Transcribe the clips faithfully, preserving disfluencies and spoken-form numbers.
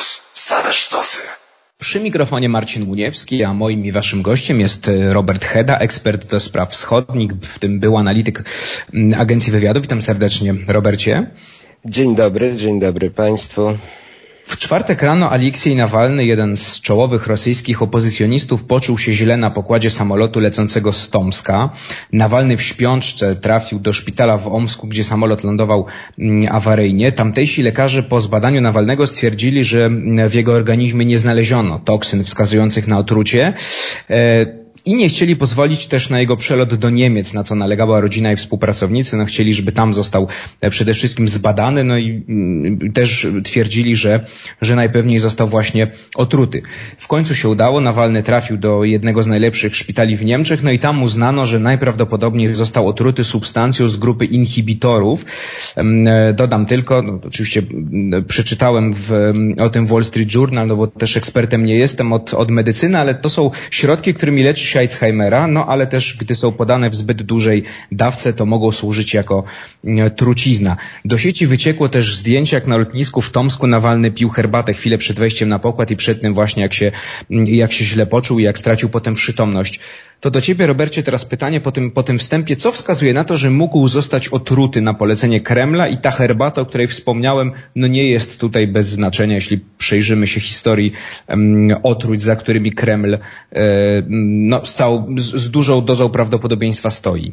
Plus. Same sztosy. Przy mikrofonie Marcin Muniewski, a moim i waszym gościem jest Robert Heda, ekspert do spraw wschodnich, w tym był analityk Agencji Wywiadu. Witam serdecznie, Robercie. Dzień dobry, dzień dobry Państwu. W czwartek rano Aleksiej Nawalny, jeden z czołowych rosyjskich opozycjonistów, poczuł się źle na pokładzie samolotu lecącego z Tomska. Nawalny w śpiączce trafił do szpitala w Omsku, gdzie samolot lądował awaryjnie. Tamtejsi lekarze po zbadaniu Nawalnego stwierdzili, że w jego organizmie nie znaleziono toksyn wskazujących na otrucie. I nie chcieli pozwolić też na jego przelot do Niemiec, na co nalegała rodzina i współpracownicy. No, chcieli, żeby tam został przede wszystkim zbadany, no i mm, też twierdzili, że, że najpewniej został właśnie otruty. W końcu się udało, Nawalny trafił do jednego z najlepszych szpitali w Niemczech, no i tam uznano, że najprawdopodobniej został otruty substancją z grupy inhibitorów. Dodam tylko, no, oczywiście przeczytałem w, o tym w Wall Street Journal, no bo też ekspertem nie jestem od, od medycyny, ale to są środki, którymi leczy się Alzheimera, no ale też gdy są podane w zbyt dużej dawce, to mogą służyć jako trucizna. Do sieci wyciekło też zdjęcie, jak na lotnisku w Tomsku Nawalny pił herbatę chwilę przed wejściem na pokład i przed tym właśnie jak się, jak się źle poczuł i jak stracił potem przytomność. To do ciebie, Robercie, teraz pytanie po tym, po tym wstępie. Co wskazuje na to, że mógł zostać otruty na polecenie Kremla i ta herbata, o której wspomniałem, no nie jest tutaj bez znaczenia, jeśli przyjrzymy się historii um, otruć, za którymi Kreml um, no, z, całą, z, z dużą dozą prawdopodobieństwa stoi.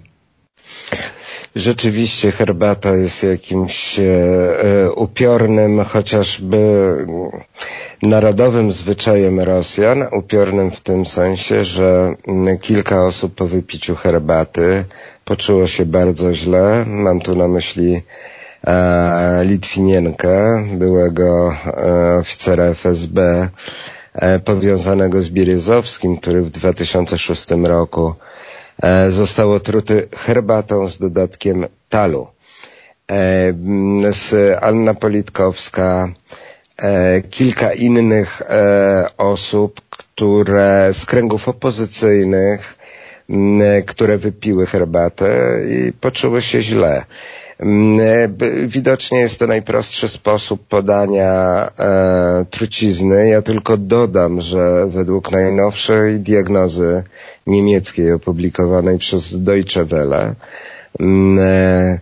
Rzeczywiście herbata jest jakimś e, upiornym, chociażby narodowym zwyczajem Rosjan, upiornym w tym sensie, że kilka osób po wypiciu herbaty poczuło się bardzo źle. Mam tu na myśli e, Litwinienkę, byłego e, oficera F S B e, powiązanego z Bieryzowskim, który w dwa tysiące szóstym roku e, został otruty herbatą z dodatkiem talu. E, z Anna Politkowska, E, kilka innych e, osób, które z kręgów opozycyjnych, m, które wypiły herbatę i poczuły się źle. M, widocznie jest to najprostszy sposób podania e, trucizny. Ja tylko dodam, że według najnowszej diagnozy niemieckiej opublikowanej przez Deutsche Welle m, e,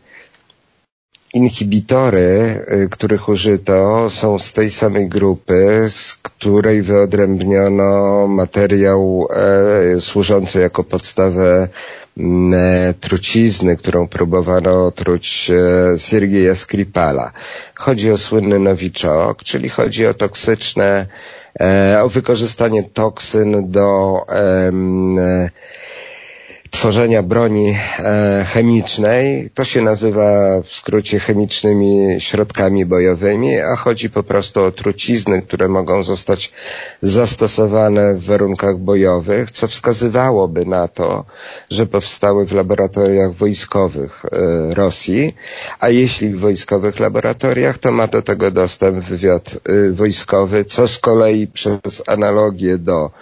inhibitory, których użyto, są z tej samej grupy, z której wyodrębniono materiał e, służący jako podstawę e, trucizny, którą próbowano otruć e, Siergieja Skripala. Chodzi o słynny nowiczok, czyli chodzi o toksyczne, e, o wykorzystanie toksyn do e, e, tworzenia broni e, chemicznej. To się nazywa w skrócie chemicznymi środkami bojowymi, a chodzi po prostu o trucizny, które mogą zostać zastosowane w warunkach bojowych, co wskazywałoby na to, że powstały w laboratoriach wojskowych e, Rosji, a jeśli w wojskowych laboratoriach, to ma do tego dostęp wywiad e, wojskowy, co z kolei przez analogię do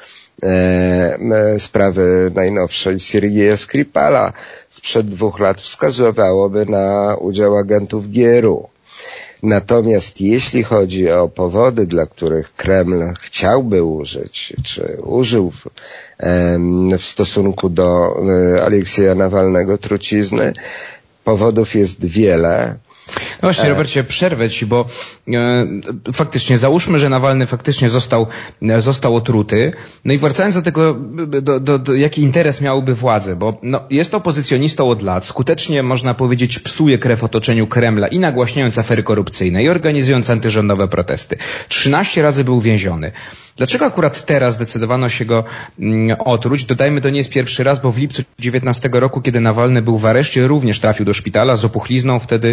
E, sprawy najnowszej Siergieja Skripala sprzed dwóch lat wskazywałoby na udział agentów G R U. Natomiast jeśli chodzi o powody, dla których Kreml chciałby użyć, czy użył w, w stosunku do Aleksieja Nawalnego trucizny, powodów jest wiele. No właśnie, Robercie, przerwę ci, bo e, faktycznie załóżmy, że Nawalny faktycznie został, e, został otruty. No i wracając do tego, do, do, do, jaki interes miałby władze, bo no, jest opozycjonistą od lat, skutecznie można powiedzieć psuje krew otoczeniu Kremla i nagłaśniając afery korupcyjne i organizując antyrządowe protesty. trzynaście razy był więziony. Dlaczego akurat teraz zdecydowano się go mm, otruć? Dodajmy, to nie jest pierwszy raz, bo w lipcu dziewiętnastego roku, kiedy Nawalny był w areszcie, również trafił do szpitala z opuchlizną. Wtedy,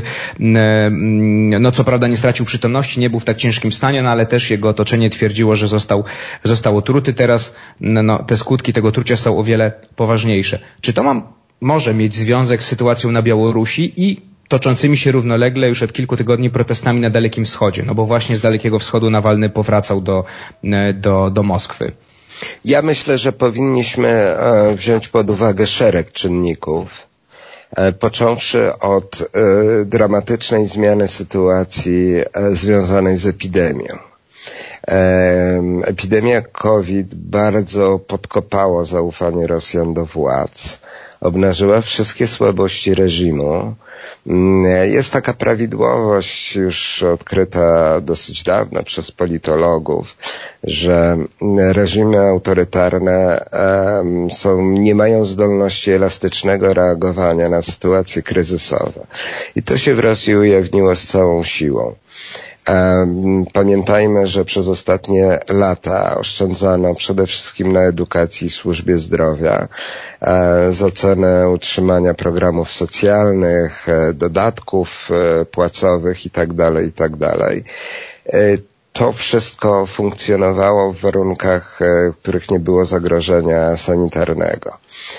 mm, no co prawda nie stracił przytomności, nie był w tak ciężkim stanie, no ale też jego otoczenie twierdziło, że został, został otruty. Teraz no, no, te skutki tego trucia są o wiele poważniejsze. Czy to ma, może mieć związek z sytuacją na Białorusi i toczącymi się równolegle już od kilku tygodni protestami na Dalekim Wschodzie? No bo właśnie z Dalekiego Wschodu Nawalny powracał do, do, do Moskwy. Ja myślę, że powinniśmy wziąć pod uwagę szereg czynników, począwszy od dramatycznej zmiany sytuacji związanej z epidemią. Epidemia COVID bardzo podkopała zaufanie Rosjan do władz, obnażyła wszystkie słabości reżimu. Jest taka prawidłowość już odkryta dosyć dawno przez politologów, że reżimy autorytarne są, nie mają zdolności elastycznego reagowania na sytuacje kryzysowe. I to się w Rosji ujawniło z całą siłą. Pamiętajmy, że przez ostatnie lata oszczędzano przede wszystkim na edukacji i służbie zdrowia za cenę utrzymania programów socjalnych, dodatków płacowych itd., itd. To wszystko funkcjonowało w warunkach, w których nie było zagrożenia sanitarnego.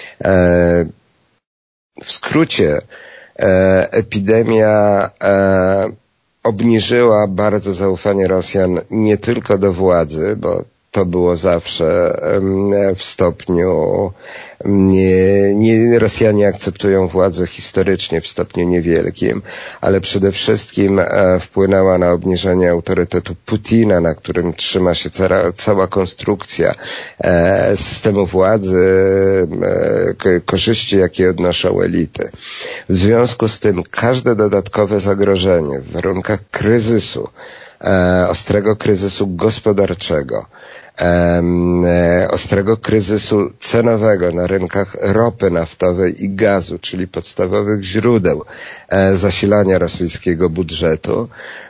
W skrócie, epidemia obniżyła bardzo zaufanie Rosjan nie tylko do władzy, bo to było zawsze w stopniu, nie, nie, Rosjanie akceptują władzę historycznie w stopniu niewielkim, ale przede wszystkim wpłynęła na obniżenie autorytetu Putina, na którym trzyma się cała, cała konstrukcja systemu władzy, korzyści, jakie odnoszą elity. W związku z tym każde dodatkowe zagrożenie w warunkach kryzysu, ostrego kryzysu gospodarczego, ostrego kryzysu cenowego na rynkach ropy naftowej i gazu, czyli podstawowych źródeł zasilania rosyjskiego budżetu,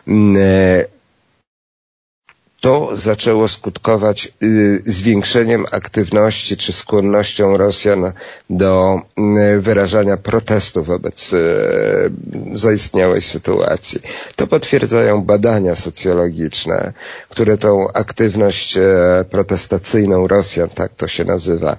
to zaczęło skutkować zwiększeniem aktywności czy skłonnością Rosjan do wyrażania protestu wobec zaistniałej sytuacji. To potwierdzają badania socjologiczne, które tą aktywność protestacyjną Rosjan, tak to się nazywa,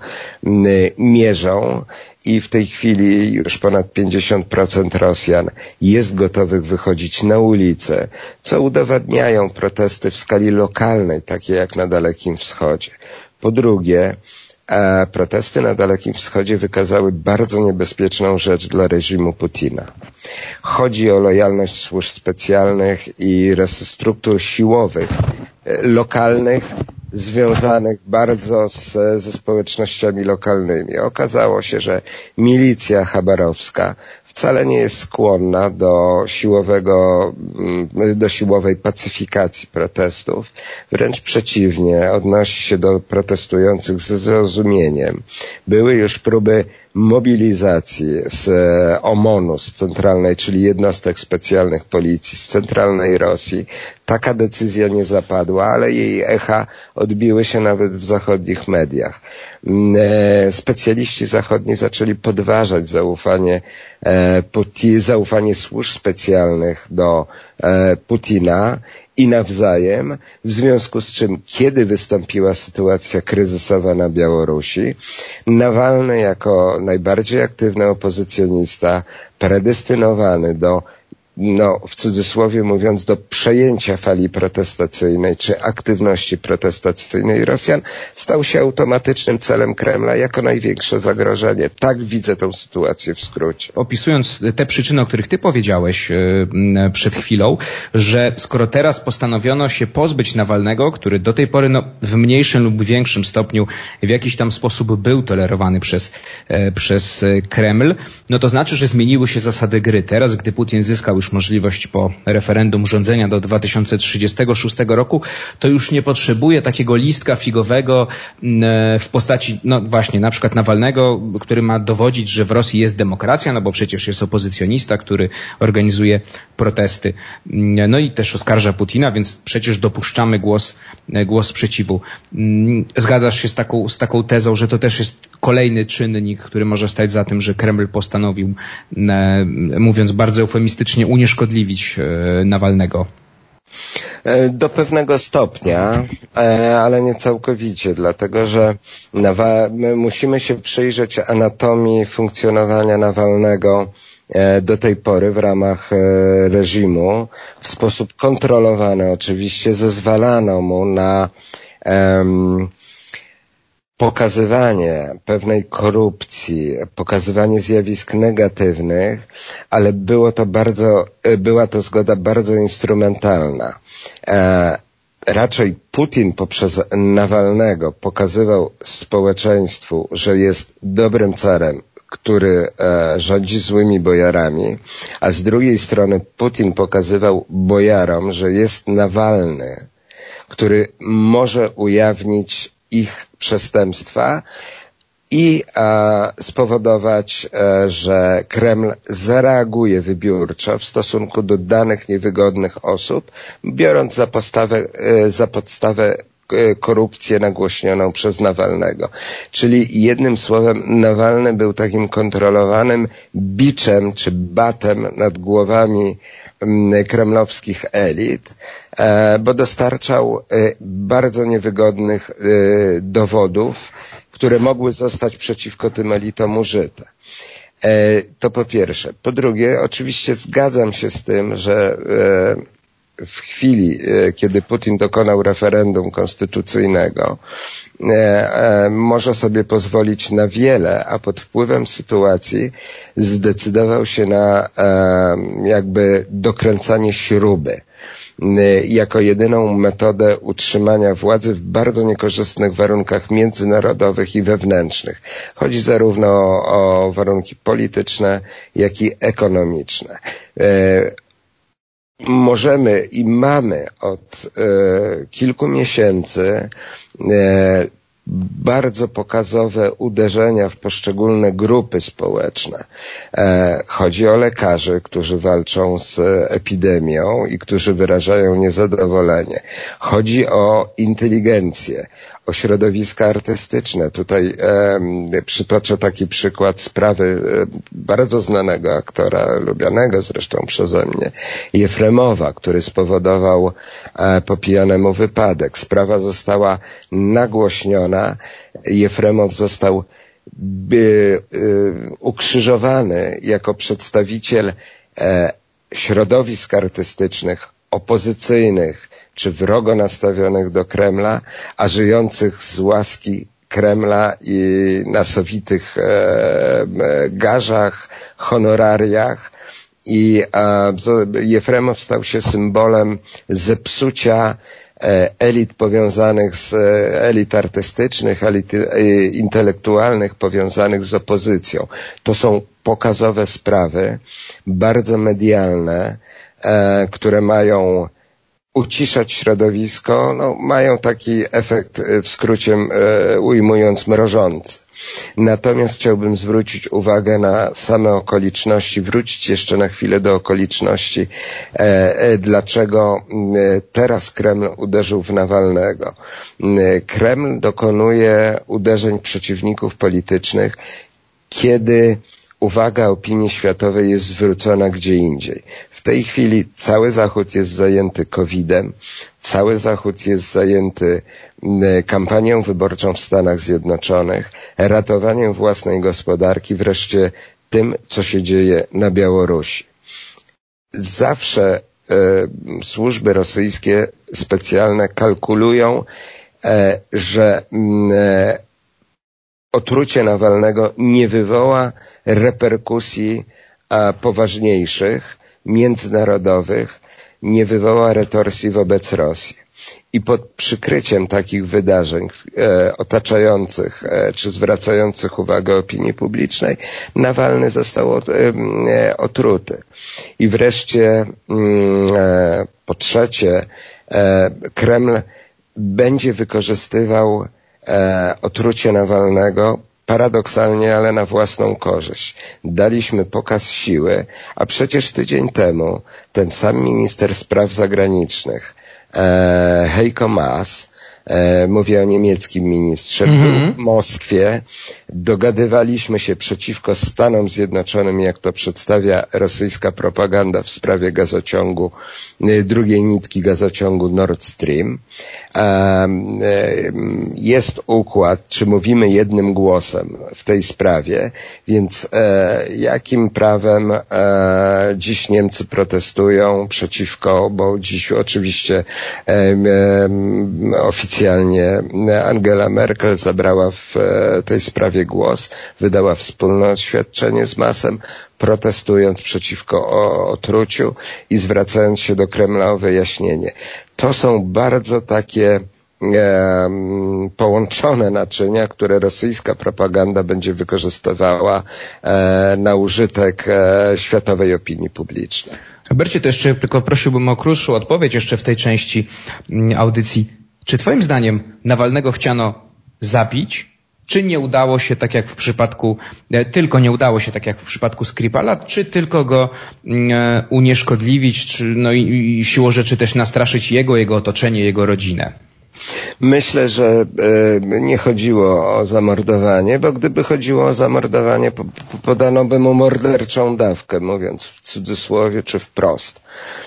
mierzą. I w tej chwili już ponad pięćdziesiąt procent Rosjan jest gotowych wychodzić na ulicę, co udowadniają protesty w skali lokalnej, takie jak na Dalekim Wschodzie. Po drugie, protesty na Dalekim Wschodzie wykazały bardzo niebezpieczną rzecz dla reżimu Putina. Chodzi o lojalność służb specjalnych i struktur siłowych, lokalnych, związanych bardzo z, ze społecznościami lokalnymi. Okazało się, że milicja chabarowska wcale nie jest skłonna do siłowego, do siłowej pacyfikacji protestów. Wręcz przeciwnie, odnosi się do protestujących ze zrozumieniem. Były już próby mobilizacji z OMON-u, z centralnej, czyli jednostek specjalnych policji, z centralnej Rosji. Taka decyzja nie zapadła, ale jej echa odbiły się nawet w zachodnich mediach. Specjaliści zachodni zaczęli podważać zaufanie, zaufanie służb specjalnych do Putina i nawzajem, w związku z czym, kiedy wystąpiła sytuacja kryzysowa na Białorusi, Nawalny jako najbardziej aktywny opozycjonista, predestynowany do, no w cudzysłowie mówiąc, do przejęcia fali protestacyjnej czy aktywności protestacyjnej Rosjan, stał się automatycznym celem Kremla jako największe zagrożenie. Tak widzę tę sytuację w skrócie. Opisując te przyczyny, o których ty powiedziałeś przed chwilą, że skoro teraz postanowiono się pozbyć Nawalnego, który do tej pory no, w mniejszym lub większym stopniu w jakiś tam sposób był tolerowany przez, przez Kreml, no to znaczy, że zmieniły się zasady gry. Teraz, gdy Putin zyskał już możliwość po referendum rządzenia do dwa tysiące trzydziestego szóstego roku, to już nie potrzebuje takiego listka figowego w postaci, no właśnie, na przykład Nawalnego, który ma dowodzić, że w Rosji jest demokracja, no bo przecież jest opozycjonista, który organizuje protesty. No i też oskarża Putina, więc przecież dopuszczamy głos, głos sprzeciwu. Zgadzasz się z taką, z taką tezą, że to też jest kolejny czynnik, który może stać za tym, że Kreml postanowił, mówiąc bardzo eufemistycznie, unieszkodliwić Nawalnego? Do pewnego stopnia, ale nie całkowicie, dlatego że my musimy się przyjrzeć anatomii funkcjonowania Nawalnego do tej pory w ramach reżimu. W sposób kontrolowany oczywiście zezwalano mu na um, pokazywanie pewnej korupcji, pokazywanie zjawisk negatywnych, ale było to bardzo, była to zgoda bardzo instrumentalna. raczej Putin poprzez Nawalnego pokazywał społeczeństwu, że jest dobrym carem, który e, rządzi złymi bojarami, a z drugiej strony Putin pokazywał bojarom, że jest Nawalny, który może ujawnić ich przestępstwa i e, spowodować, e, że Kreml zareaguje wybiórczo w stosunku do danych niewygodnych osób, biorąc za podstawę, e, za podstawę korupcję nagłośnioną przez Nawalnego. Czyli jednym słowem Nawalny był takim kontrolowanym biczem czy batem nad głowami kremlowskich elit, bo dostarczał bardzo niewygodnych dowodów, które mogły zostać przeciwko tym elitom użyte. To po pierwsze. Po drugie, oczywiście zgadzam się z tym, że w chwili, kiedy Putin dokonał referendum konstytucyjnego, może sobie pozwolić na wiele, a pod wpływem sytuacji zdecydował się na jakby dokręcanie śruby jako jedyną metodę utrzymania władzy w bardzo niekorzystnych warunkach międzynarodowych i wewnętrznych. Chodzi zarówno o, o warunki polityczne, jak i ekonomiczne. Możemy i mamy od e, kilku miesięcy e, bardzo pokazowe uderzenia w poszczególne grupy społeczne. E, chodzi o lekarzy, którzy walczą z epidemią i którzy wyrażają niezadowolenie. Chodzi o inteligencję, o środowiska artystyczne. Tutaj e, przytoczę taki przykład sprawy e, bardzo znanego aktora, lubianego zresztą przeze mnie, Jefremowa, który spowodował e, po pijanemu wypadek. Sprawa została nagłośniona. Jefremow został by, e, ukrzyżowany jako przedstawiciel e, środowisk artystycznych, opozycyjnych, czy wrogo nastawionych do Kremla, a żyjących z łaski Kremla i na sowitych e, garzach, honorariach. I e, Jefremow stał się symbolem zepsucia e, elit powiązanych z e, elit artystycznych, elit e, intelektualnych powiązanych z opozycją. To są pokazowe sprawy, bardzo medialne, e, które mają uciszać środowisko, no, mają taki efekt, w skrócie e, ujmując, mrożący. Natomiast chciałbym zwrócić uwagę na same okoliczności, wrócić jeszcze na chwilę do okoliczności, e, e, dlaczego e, teraz Kreml uderzył w Nawalnego. E, Kreml dokonuje uderzeń przeciwników politycznych, kiedy uwaga opinii światowej jest zwrócona gdzie indziej. W tej chwili cały Zachód jest zajęty kowidem, cały Zachód jest zajęty kampanią wyborczą w Stanach Zjednoczonych, ratowaniem własnej gospodarki, wreszcie tym, co się dzieje na Białorusi. Zawsze e, służby rosyjskie specjalne kalkulują, e, że e, otrucie Nawalnego nie wywoła reperkusji a, poważniejszych, międzynarodowych, nie wywoła retorsji wobec Rosji. I pod przykryciem takich wydarzeń e, otaczających e, czy zwracających uwagę opinii publicznej, Nawalny został od, e, otruty. I wreszcie mm, e, po trzecie e, Kreml będzie wykorzystywał E, otrucie Nawalnego paradoksalnie, ale na własną korzyść. Daliśmy pokaz siły, a przecież tydzień temu ten sam minister spraw zagranicznych e, Heiko Maas, e, mówię o niemieckim ministrze, mm-hmm. był w Moskwie, dogadywaliśmy się przeciwko Stanom Zjednoczonym, jak to przedstawia rosyjska propaganda w sprawie gazociągu, drugiej nitki gazociągu Nord Stream. Jest układ, czy mówimy jednym głosem w tej sprawie, więc jakim prawem dziś Niemcy protestują przeciwko, bo dziś oczywiście oficjalnie Angela Merkel zabrała w tej sprawie sprawie głos, wydała wspólne oświadczenie z masem, protestując przeciwko otruciu i zwracając się do Kremla o wyjaśnienie. To są bardzo takie E, połączone naczynia, które rosyjska propaganda będzie wykorzystywała e, na użytek e, światowej opinii publicznej. Robercie, to jeszcze tylko prosiłbym o krótszą odpowiedź jeszcze w tej części audycji. Czy twoim zdaniem Nawalnego chciano zabić, czy nie udało się tak jak w przypadku, tylko nie udało się tak jak w przypadku Skripala, czy tylko go e, unieszkodliwić, czy no i, i siłą rzeczy też nastraszyć jego, jego otoczenie, jego rodzinę? Myślę, że e, nie chodziło o zamordowanie, bo gdyby chodziło o zamordowanie, po, podano by mu morderczą dawkę, mówiąc w cudzysłowie czy wprost.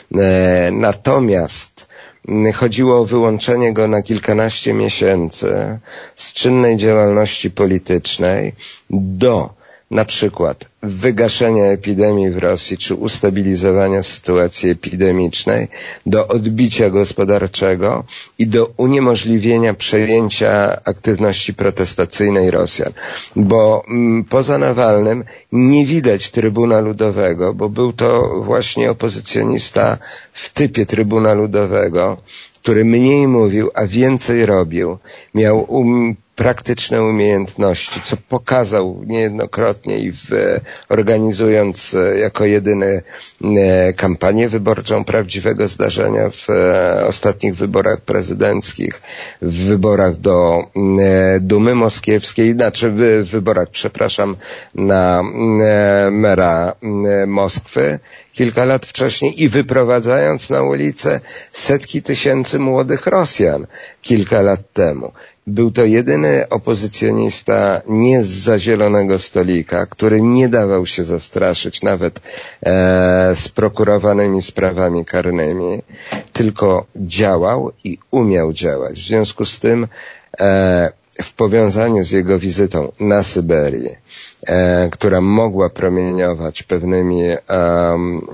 E, natomiast chodziło o wyłączenie go na kilkanaście miesięcy z czynnej działalności politycznej do na przykład wygaszenia epidemii w Rosji czy ustabilizowania sytuacji epidemicznej, do odbicia gospodarczego i do uniemożliwienia przejęcia aktywności protestacyjnej Rosjan. Bo m, poza Nawalnym nie widać Trybuna Ludowego, bo był to właśnie opozycjonista w typie Trybuna Ludowego, który mniej mówił, a więcej robił. Miał um, praktyczne umiejętności, co pokazał niejednokrotnie i w, organizując jako jedyny e, kampanię wyborczą prawdziwego zdarzenia w e, ostatnich wyborach prezydenckich, w wyborach do e, Dumy Moskiewskiej, znaczy w, w wyborach, przepraszam, na e, mera e, Moskwy kilka lat wcześniej i wyprowadzając na ulicę setki tysięcy młodych Rosjan kilka lat temu. Był to jedyny opozycjonista nie zza zielonego stolika, który nie dawał się zastraszyć nawet e, sprokurowanymi sprawami karnymi, tylko działał i umiał działać. W związku z tym e, w powiązaniu z jego wizytą na Syberii, e, która mogła promieniować pewnymi e, e,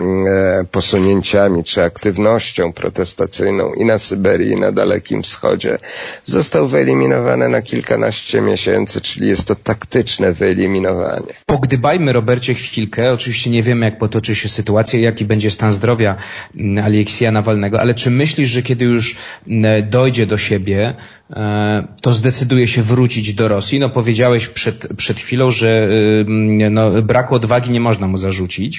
posunięciami czy aktywnością protestacyjną i na Syberii, i na Dalekim Wschodzie, został wyeliminowany na kilkanaście miesięcy, czyli jest to taktyczne wyeliminowanie. Pogdybajmy, Robercie, chwilkę. Oczywiście nie wiemy, jak potoczy się sytuacja, jaki będzie stan zdrowia Aleksieja Nawalnego, ale czy myślisz, że kiedy już dojdzie do siebie, to zdecyduje się wrócić do Rosji? No powiedziałeś przed, przed chwilą, że no, braku odwagi nie można mu zarzucić.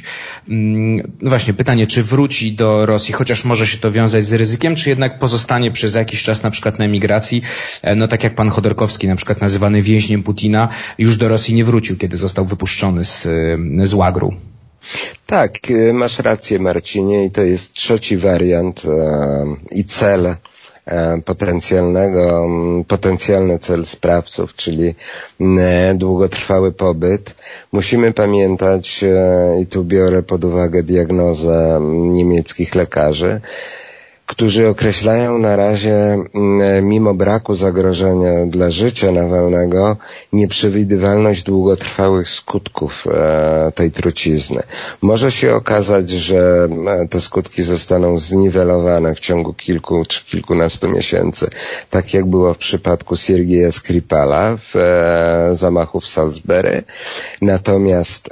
No właśnie, pytanie, czy wróci do Rosji, chociaż może się to wiązać z ryzykiem, czy jednak pozostanie przez jakiś czas na przykład na emigracji, no tak jak pan Chodorkowski, na przykład nazywany więźniem Putina, już do Rosji nie wrócił, kiedy został wypuszczony z, z łagru. Tak, masz rację, Marcinie, i to jest trzeci wariant e, i cel potencjalnego, potencjalny cel sprawców, czyli długotrwały pobyt. Musimy pamiętać, i tu biorę pod uwagę diagnozę niemieckich lekarzy, którzy określają na razie, mimo braku zagrożenia dla życia Nawalnego, nieprzewidywalność długotrwałych skutków tej trucizny. Może się okazać, że te skutki zostaną zniwelowane w ciągu kilku czy kilkunastu miesięcy, tak jak było w przypadku Siergieja Skripala w zamachu w Salisbury. Natomiast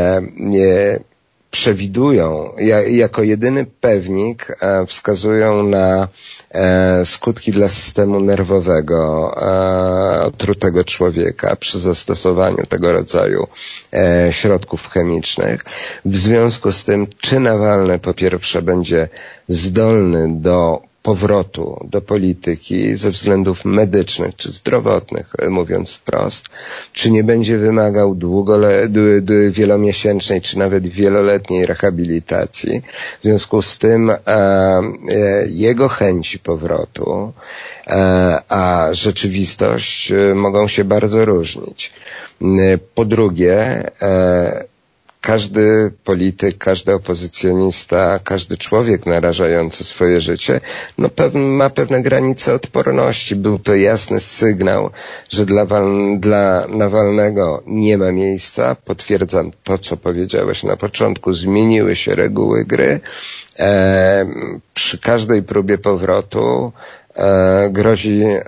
nie przewidują, jako jedyny pewnik wskazują na skutki dla systemu nerwowego otrutego człowieka przy zastosowaniu tego rodzaju środków chemicznych. W związku z tym, czy Nawalny po pierwsze będzie zdolny do powrotu do polityki ze względów medycznych czy zdrowotnych, mówiąc wprost, czy nie będzie wymagał długole, wielomiesięcznej czy nawet wieloletniej rehabilitacji. W związku z tym e, e, jego chęci powrotu, e, a rzeczywistość e, mogą się bardzo różnić. E, po drugie, e, każdy polityk, każdy opozycjonista, każdy człowiek narażający swoje życie, no pew- ma pewne granice odporności. Był to jasny sygnał, że dla, Wal- dla Nawalnego nie ma miejsca. Potwierdzam to, co powiedziałeś na początku. Zmieniły się reguły gry. E, przy każdej próbie powrotu e, grozi e,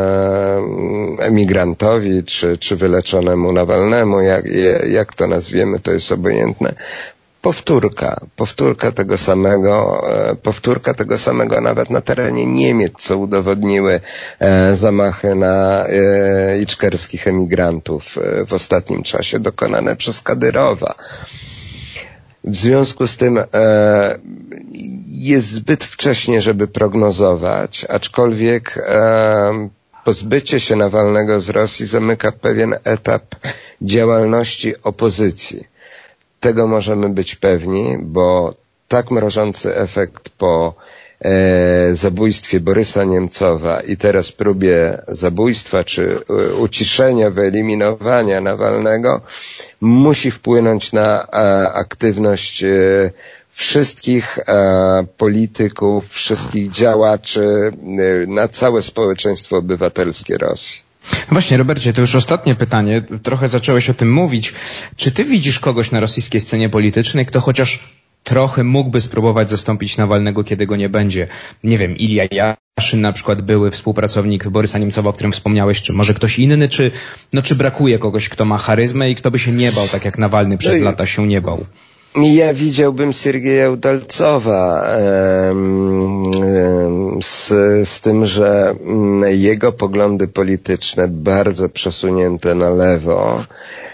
emigrantowi czy, czy wyleczonemu Nawalnemu, jak, jak to nazwiemy, to jest obojętne. Powtórka, powtórka tego samego, powtórka tego samego nawet na terenie Niemiec, co udowodniły zamachy na iczkerskich emigrantów w ostatnim czasie dokonane przez Kadyrowa. W związku z tym jest zbyt wcześnie, żeby prognozować, aczkolwiek pozbycie się Nawalnego z Rosji zamyka pewien etap działalności opozycji. Tego możemy być pewni, bo tak mrożący efekt po e, zabójstwie Borysa Niemcowa i teraz próbie zabójstwa czy uciszenia, wyeliminowania Nawalnego musi wpłynąć na e, aktywność e, wszystkich e, polityków, wszystkich działaczy, e, na całe społeczeństwo obywatelskie Rosji. Właśnie, Robercie, to już ostatnie pytanie. Trochę zacząłeś o tym mówić. Czy ty widzisz kogoś na rosyjskiej scenie politycznej, kto chociaż trochę mógłby spróbować zastąpić Nawalnego, kiedy go nie będzie? Nie wiem, Ilja Jaszyn na przykład, były współpracownik Borysa Niemcowa, o którym wspomniałeś, czy może ktoś inny, czy, no, czy brakuje kogoś, kto ma charyzmę i kto by się nie bał, tak jak Nawalny przez lata się nie bał? Ja widziałbym Siergieja Udalcowa z, z tym, że jego poglądy polityczne bardzo przesunięte na lewo,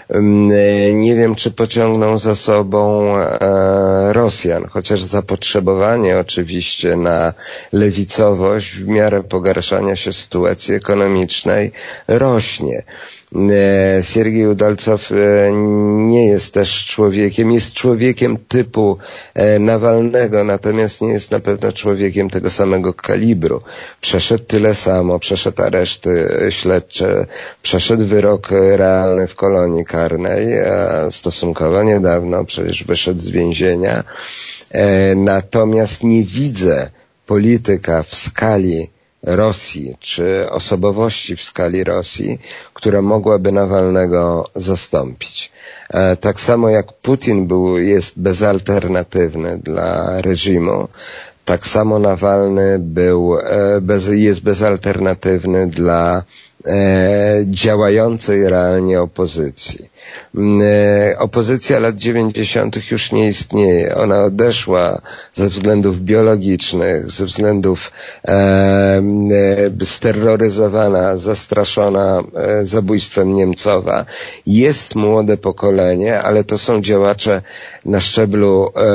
nie wiem, czy pociągną za sobą Rosjan, chociaż zapotrzebowanie oczywiście na lewicowość w miarę pogarszania się sytuacji ekonomicznej rośnie. Siergiej Udalcow nie jest też człowiekiem, jest człowiekiem typu Nawalnego, natomiast nie jest na pewno człowiekiem tego samego kalibru. Przeszedł tyle samo, przeszedł areszty śledcze, przeszedł wyrok realny w kolonii karnej, stosunkowo niedawno przecież wyszedł z więzienia. Natomiast nie widzę polityka w skali Rosji, czy osobowości w skali Rosji, która mogłaby Nawalnego zastąpić. Tak samo jak Putin był, jest bezalternatywny dla reżimu, tak samo Nawalny był, bez, jest bezalternatywny dla e, działającej realnie opozycji. E, opozycja lat dziewięćdziesiątych już nie istnieje. Ona odeszła ze względów biologicznych, ze względów e, e, steroryzowana, zastraszona e, zabójstwem Niemcowa. Jest młode pokolenie, ale to są działacze na szczeblu e,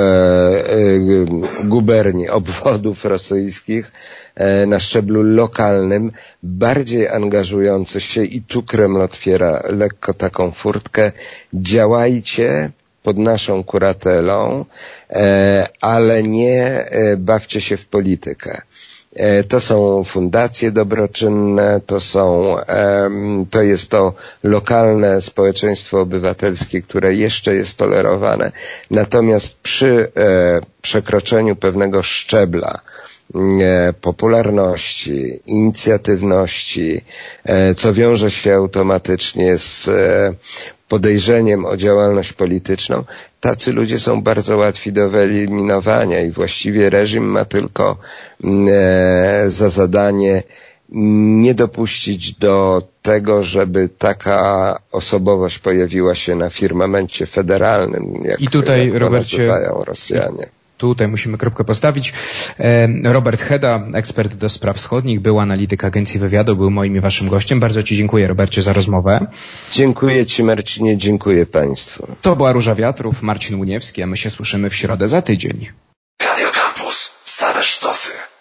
e, guberni, obwodów rosyjskich, na szczeblu lokalnym, bardziej angażujący się, i tu Kreml otwiera lekko taką furtkę: działajcie pod naszą kuratelą, ale nie bawcie się w politykę. To są fundacje dobroczynne, to są, to jest to lokalne społeczeństwo obywatelskie, które jeszcze jest tolerowane. Natomiast przy przekroczeniu pewnego szczebla popularności, inicjatywności, co wiąże się automatycznie z podejrzeniem o działalność polityczną, tacy ludzie są bardzo łatwi do wyeliminowania i właściwie reżim ma tylko za zadanie nie dopuścić do tego, żeby taka osobowość pojawiła się na firmamencie federalnym, jak, I tutaj, jak Robercie, nazywają Rosjanie. Tutaj musimy kropkę postawić. Robert Heda, ekspert do spraw wschodnich, był analityk Agencji Wywiadu, był moim i waszym gościem. Bardzo ci dziękuję, Robercie, za rozmowę. Dziękuję ci, Marcinie, dziękuję państwu. To była Róża Wiatrów, Marcin Łuniewski, a my się słyszymy w środę za tydzień. Radio Campus, same sztosy.